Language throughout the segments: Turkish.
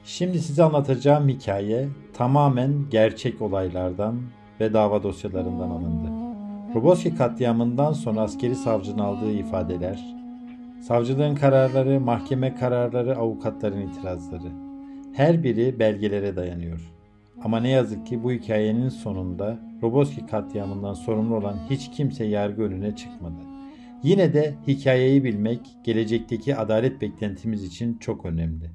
Şimdi size anlatacağım hikaye tamamen gerçek olaylardan ve dava dosyalarından alındı. Roboski katliamından sonra askeri savcının aldığı ifadeler, savcılığın kararları, mahkeme kararları, avukatların itirazları. Her biri belgelere dayanıyor. Ama ne yazık ki bu hikayenin sonunda Roboski katliamından sorumlu olan hiç kimse yargı önüne çıkmadı. Yine de hikayeyi bilmek gelecekteki adalet beklentimiz için çok önemli.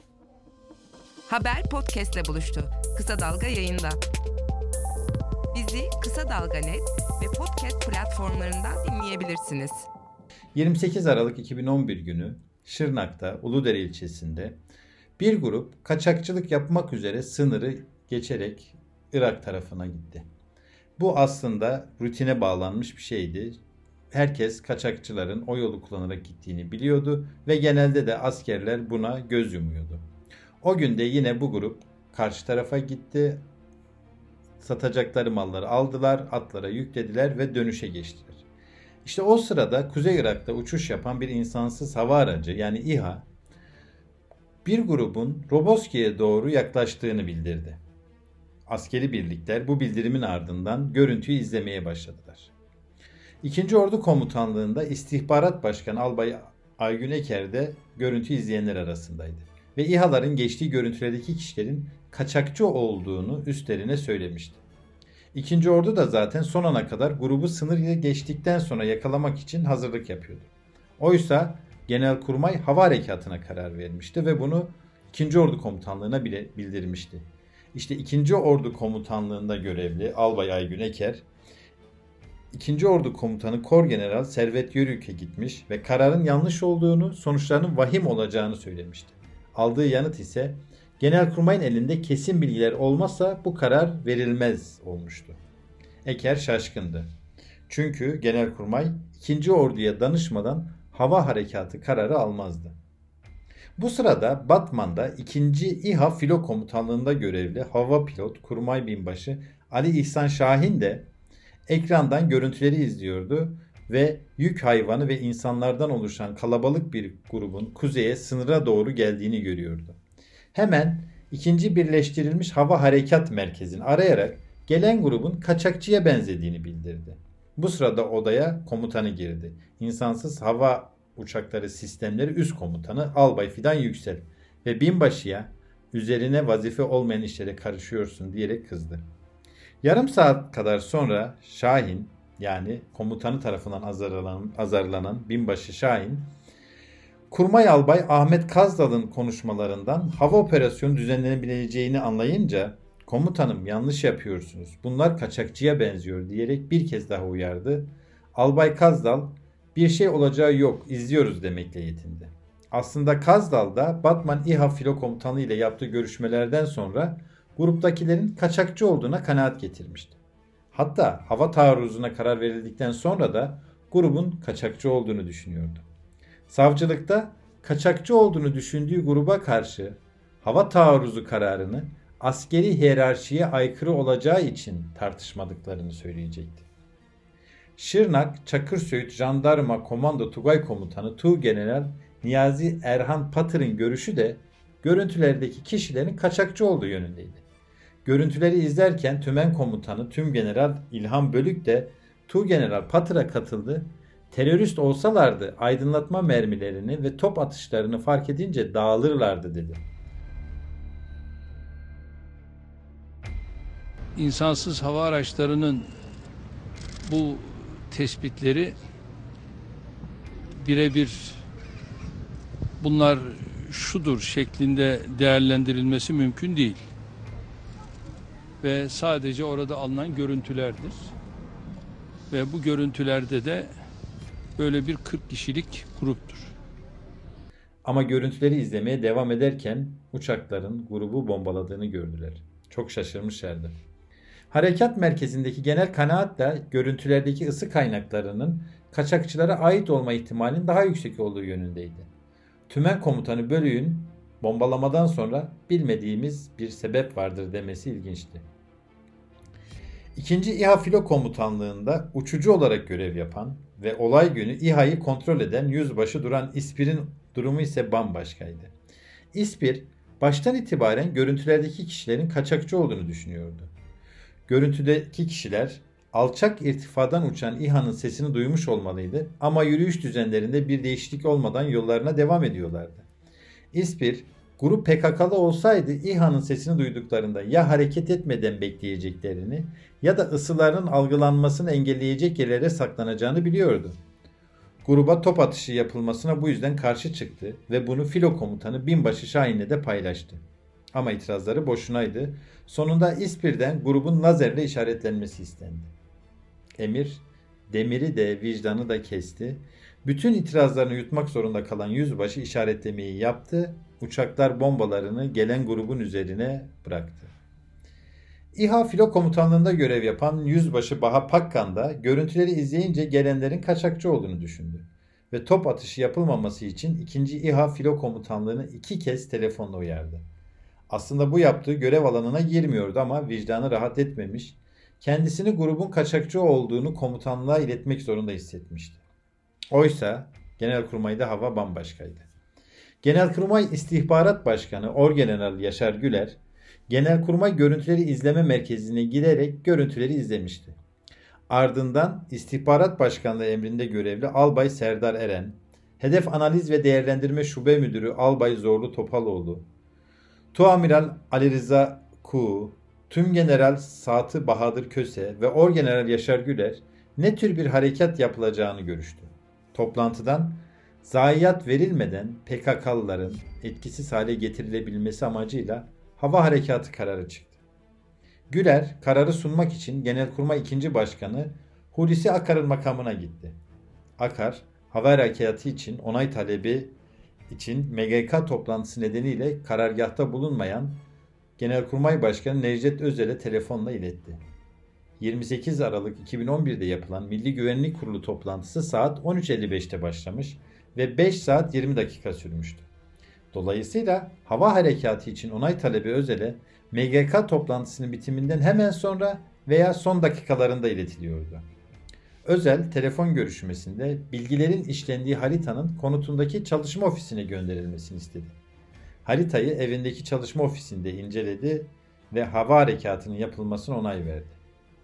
Haber podcastle buluştu. Kısa Dalga yayında. Bizi Kısa Dalga Net ve podcast platformlarından dinleyebilirsiniz. 28 Aralık 2011 günü Şırnak'ta Uludere ilçesinde bir grup kaçakçılık yapmak üzere sınırı geçerek Irak tarafına gitti. Bu aslında rutine bağlanmış bir şeydi. Herkes kaçakçıların o yolu kullanarak gittiğini biliyordu ve genelde de askerler buna göz yumuyordu. O gün de yine bu grup karşı tarafa gitti. Satacakları malları aldılar, atlara yüklediler ve dönüşe geçtiler. İşte o sırada Kuzey Irak'ta uçuş yapan bir insansız hava aracı yani İHA bir grubun Roboski'ye doğru yaklaştığını bildirdi. Askeri birlikler bu bildirimin ardından görüntüyü izlemeye başladılar. 2. Ordu Komutanlığı'nda İstihbarat Başkanı Albay Aygün Eker de görüntü izleyenler arasındaydı. Ve İHA'ların geçtiği görüntülerdeki kişilerin kaçakçı olduğunu üstlerine söylemişti. 2. Ordu da zaten son ana kadar grubu sınırı geçtikten sonra yakalamak için hazırlık yapıyordu. Oysa Genelkurmay hava harekatına karar vermişti ve bunu 2. Ordu Komutanlığı'na bile bildirmişti. İşte 2. Ordu Komutanlığı'nda görevli Albay Aygün Eker, 2. Ordu Komutanı Korgeneral Servet Yörük'e gitmiş ve kararın yanlış olduğunu, sonuçlarının vahim olacağını söylemişti. Aldığı yanıt ise Genelkurmay'ın elinde kesin bilgiler olmazsa bu karar verilmez olmuştu. Eker şaşkındı. Çünkü Genelkurmay 2. Ordu'ya danışmadan hava harekatı kararı almazdı. Bu sırada Batman'da 2. İHA Filo Komutanlığı'nda görevli hava pilot Kurmay Binbaşı Ali İhsan Şahin de ekrandan görüntüleri izliyordu ve yük hayvanı ve insanlardan oluşan kalabalık bir grubun kuzeye sınıra doğru geldiğini görüyordu. Hemen 2. Birleştirilmiş Hava Harekat Merkezi'ni arayarak gelen grubun kaçakçıya benzediğini bildirdi. Bu sırada odaya komutanı girdi. İnsansız Hava Uçakları Sistemleri Üst Komutanı Albay Fidan Yüksel ve binbaşıya üzerine vazife olmayan işlere karışıyorsun diyerek kızdı. Yarım saat kadar sonra Şahin yani komutanı tarafından azarlanan binbaşı Şahin, Kurmay Albay Ahmet Kazdal'ın konuşmalarından hava operasyonu düzenlenebileceğini anlayınca komutanım yanlış yapıyorsunuz. Bunlar kaçakçıya benziyor diyerek bir kez daha uyardı. Albay Kazdal bir şey olacağı yok izliyoruz demekle yetindi. Aslında Kazdal da Batman İHA Filo Komutanı ile yaptığı görüşmelerden sonra gruptakilerin kaçakçı olduğuna kanaat getirmişti. Hatta hava taarruzuna karar verildikten sonra da grubun kaçakçı olduğunu düşünüyordu. Savcılıkta kaçakçı olduğunu düşündüğü gruba karşı hava taarruzu kararını askeri hiyerarşiye aykırı olacağı için tartışmadıklarını söyleyecekti. Şırnak Çakırsöğüt Jandarma Komando Tugay Komutanı Tuğgeneral Niyazi Erhan Patır'ın görüşü de görüntülerdeki kişilerin kaçakçı olduğu yönündeydi. Görüntüleri izlerken Tümen Komutanı Tümgeneral İlhan Bölük de Tuğgeneral Patır'a katıldı. Terörist olsalardı aydınlatma mermilerini ve top atışlarını fark edince dağılırlardı dedi. İnsansız hava araçlarının bu tespitleri birebir bunlar şudur şeklinde değerlendirilmesi mümkün değil. Ve sadece orada alınan görüntülerdir. Ve bu görüntülerde de böyle bir 40 kişilik gruptur. Ama görüntüleri izlemeye devam ederken uçakların grubu bombaladığını gördüler. Çok şaşırmışlardı. Harekat merkezindeki genel kanaat da görüntülerdeki ısı kaynaklarının kaçakçılara ait olma ihtimalinin daha yüksek olduğu yönündeydi. Tümen Komutanı Bölük'ün bombalamadan sonra bilmediğimiz bir sebep vardır demesi ilginçti. 2. İHA Filo Komutanlığı'nda uçucu olarak görev yapan ve olay günü İHA'yı kontrol eden yüzbaşı Duran İspir'in durumu ise bambaşkaydı. İspir Baştan itibaren görüntülerdeki kişilerin kaçakçı olduğunu düşünüyordu. Görüntüdeki kişiler alçak irtifadan uçan İHA'nın sesini duymuş olmalıydı ama yürüyüş düzenlerinde bir değişiklik olmadan yollarına devam ediyorlardı. İspir, grup PKK'lı olsaydı İHA'nın sesini duyduklarında ya hareket etmeden bekleyeceklerini ya da ısılarının algılanmasını engelleyecek yerlere saklanacağını biliyordu. Gruba top atışı yapılmasına bu yüzden karşı çıktı ve bunu filo komutanı Binbaşı Şahin'le de paylaştı. Ama itirazları boşunaydı. Sonunda İspir'den grubun lazerle işaretlenmesi istendi. Emir, demiri de vicdanı da kesti. Bütün itirazlarını yutmak zorunda kalan yüzbaşı işaretlemeyi yaptı. Uçaklar bombalarını gelen grubun üzerine bıraktı. İHA filo komutanlığında görev yapan yüzbaşı Baha Pakkan da görüntüleri izleyince gelenlerin kaçakçı olduğunu düşündü. Ve top atışı yapılmaması için 2. İHA filo komutanlığını 2 kez telefonla uyardı. Aslında bu yaptığı görev alanına girmiyordu ama vicdanı rahat etmemiş, kendisini grubun kaçakçı olduğunu komutanlığa iletmek zorunda hissetmişti. Oysa Genelkurmay'da hava bambaşkaydı. Genelkurmay İstihbarat Başkanı Orgeneral Yaşar Güler, Genelkurmay Görüntüleri İzleme Merkezi'ne giderek görüntüleri izlemişti. Ardından İstihbarat Başkanlığı emrinde görevli Albay Serdar Eren, Hedef Analiz ve Değerlendirme Şube Müdürü Albay Zorlu Topaloğlu, Tuamiral Ali Rıza Kuğu, Tümgeneral Saatı Bahadır Köse ve Orgeneral Yaşar Güler ne tür bir harekat yapılacağını görüştü. Toplantıdan zayiat verilmeden PKK'lıların etkisiz hale getirilebilmesi amacıyla hava harekatı kararı çıktı. Güler kararı sunmak için Genelkurmay 2. Başkanı Hulusi Akar'ın makamına gitti. Akar, hava harekatı için onay talebi için MGK toplantısı nedeniyle karargahta bulunmayan Genelkurmay Başkanı Necdet Özel'e telefonla iletti. 28 Aralık 2011'de yapılan Milli Güvenlik Kurulu toplantısı saat 13.55'te başlamış ve 5 saat 20 dakika sürmüştü. Dolayısıyla hava harekatı için onay talebi Özel'e MGK toplantısının bitiminden hemen sonra veya son dakikalarında iletiliyordu. Özel telefon görüşmesinde bilgilerin işlendiği haritanın konutundaki çalışma ofisine gönderilmesini istedi. Haritayı evindeki çalışma ofisinde inceledi ve hava harekatının yapılmasına onay verdi.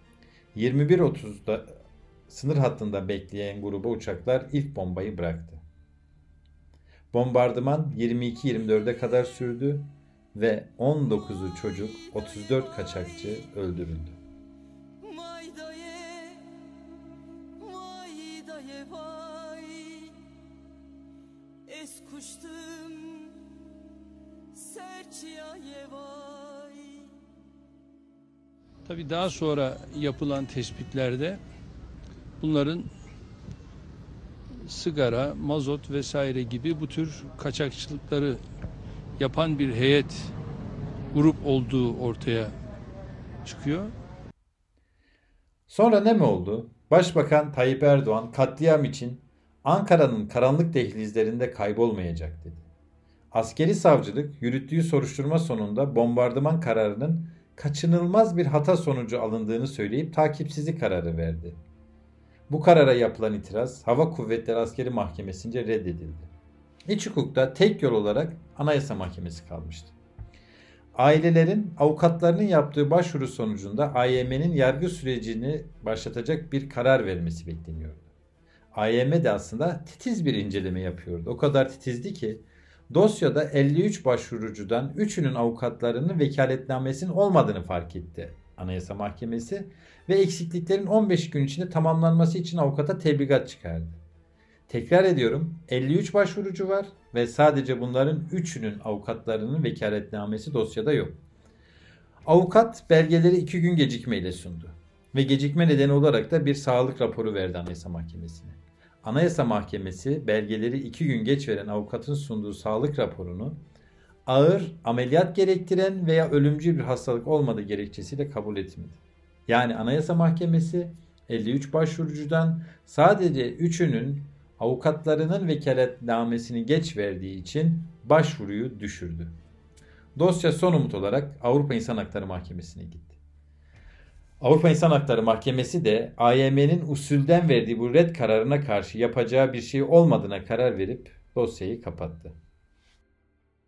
21.30'da sınır hattında bekleyen gruba uçaklar ilk bombayı bıraktı. Bombardıman 22-24'e kadar sürdü ve 19'u çocuk, 34 kaçakçı öldürüldü. Tabii daha sonra yapılan tespitlerde bunların sigara, mazot vesaire gibi bu tür kaçakçılıkları yapan bir heyet, grup olduğu ortaya çıkıyor. Sonra ne mi oldu? Başbakan Tayyip Erdoğan katliam için Ankara'nın karanlık dehlizlerinde kaybolmayacak dedi. Askeri savcılık yürüttüğü soruşturma sonunda bombardıman kararının kaçınılmaz bir hata sonucu alındığını söyleyip takipsizlik kararı verdi. Bu karara yapılan itiraz Hava Kuvvetleri Askeri Mahkemesi'nce reddedildi. İç hukukta tek yol olarak Anayasa Mahkemesi kalmıştı. Ailelerin avukatlarının yaptığı başvuru sonucunda AYM'nin yargı sürecini başlatacak bir karar vermesi bekleniyordu. AYM de aslında titiz bir inceleme yapıyordu. O kadar titizdi ki dosyada 53 başvurucudan 3'ünün avukatlarının vekaletnamesinin olmadığını fark etti Anayasa Mahkemesi ve eksikliklerin 15 gün içinde tamamlanması için avukata tebligat çıkardı. Tekrar ediyorum, 53 başvurucu var ve sadece bunların 3'ünün avukatlarının vekaletnamesi dosyada yok. Avukat belgeleri 2 gün gecikmeyle sundu ve gecikme nedeni olarak da bir sağlık raporu verdi Anayasa Mahkemesi'ne. Anayasa Mahkemesi belgeleri 2 gün geç veren avukatın sunduğu sağlık raporunu ağır ameliyat gerektiren veya ölümcül bir hastalık olmadığı gerekçesiyle kabul etmedi. Yani Anayasa Mahkemesi 53 başvurucudan sadece 3'ünün avukatlarının vekaletnamesini geç verdiği için başvuruyu düşürdü. Dosya son umut olarak Avrupa İnsan Hakları Mahkemesi'ne gitti. Avrupa İnsan Hakları Mahkemesi de AYM'nin usulden verdiği bu red kararına karşı yapacağı bir şey olmadığına karar verip dosyayı kapattı.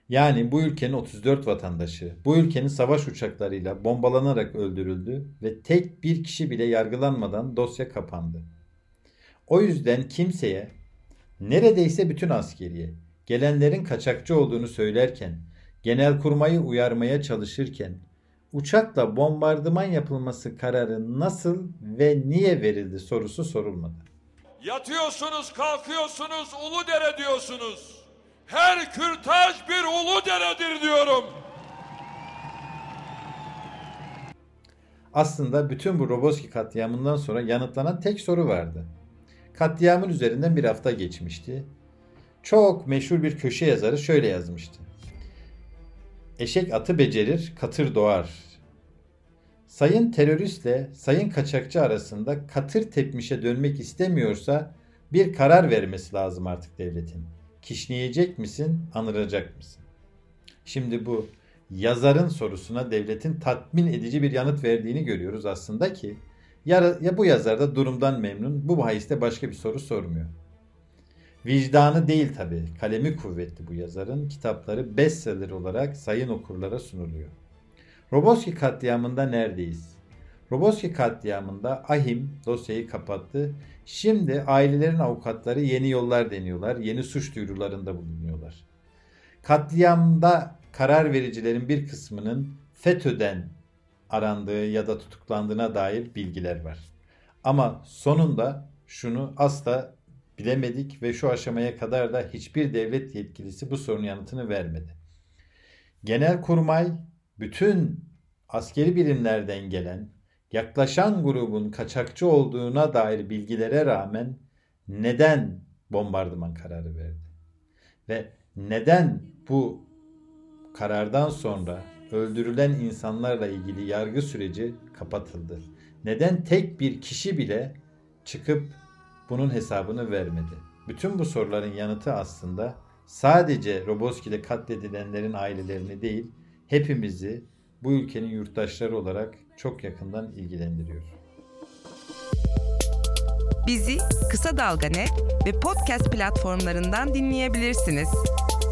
Yani bu ülkenin 34 vatandaşı, bu ülkenin savaş uçaklarıyla bombalanarak öldürüldü ve tek bir kişi bile yargılanmadan dosya kapandı. O yüzden kimseye, neredeyse bütün askeriye, gelenlerin kaçakçı olduğunu söylerken, Genelkurmay'ı uyarmaya çalışırken, uçakla bombardıman yapılması kararı nasıl ve niye verildi sorusu sorulmadı. Yatıyorsunuz, kalkıyorsunuz, Uludere diyorsunuz. Her kürtaj bir Uludere'dir diyorum. Aslında bütün bu Roboski katliamından sonra yanıtlanan tek soru vardı. Katliamın üzerinden bir hafta geçmişti. Çok meşhur bir köşe yazarı şöyle yazmıştı. Eşek atı becerir, katır doğar. Sayın teröristle sayın kaçakçı arasında katır tepmişe dönmek istemiyorsa bir karar vermesi lazım artık devletin. Kişneyecek misin, anıracak mısın? Şimdi bu yazarın sorusuna devletin tatmin edici bir yanıt verdiğini görüyoruz aslında ki ya bu yazar da durumdan memnun, bu bahiste başka bir soru sormuyor. Vicdanı değil tabii, kalemi kuvvetli bu yazarın, kitapları bestseller olarak sayın okurlara sunuluyor. Roboski katliamında neredeyiz? Roboski katliamında AİHM dosyayı kapattı. Şimdi ailelerin avukatları yeni yollar deniyorlar, yeni suç duyurularında bulunuyorlar. Katliamda karar vericilerin bir kısmının FETÖ'den arandığı ya da tutuklandığına dair bilgiler var. Ama sonunda şunu asla bilemedik ve şu aşamaya kadar da hiçbir devlet yetkilisi bu sorunun yanıtını vermedi. Genelkurmay bütün askeri birimlerden gelen yaklaşan grubun kaçakçı olduğuna dair bilgilere rağmen neden bombardıman kararı verdi? Ve neden bu karardan sonra öldürülen insanlarla ilgili yargı süreci kapatıldı? Neden tek bir kişi bile çıkıp bunun hesabını vermedi? Bütün bu soruların yanıtı aslında sadece Roboski'de katledilenlerin ailelerini değil, hepimizi bu ülkenin yurttaşları olarak çok yakından ilgilendiriyor. Bizi Kısa Dalga Net ve podcast platformlarından dinleyebilirsiniz.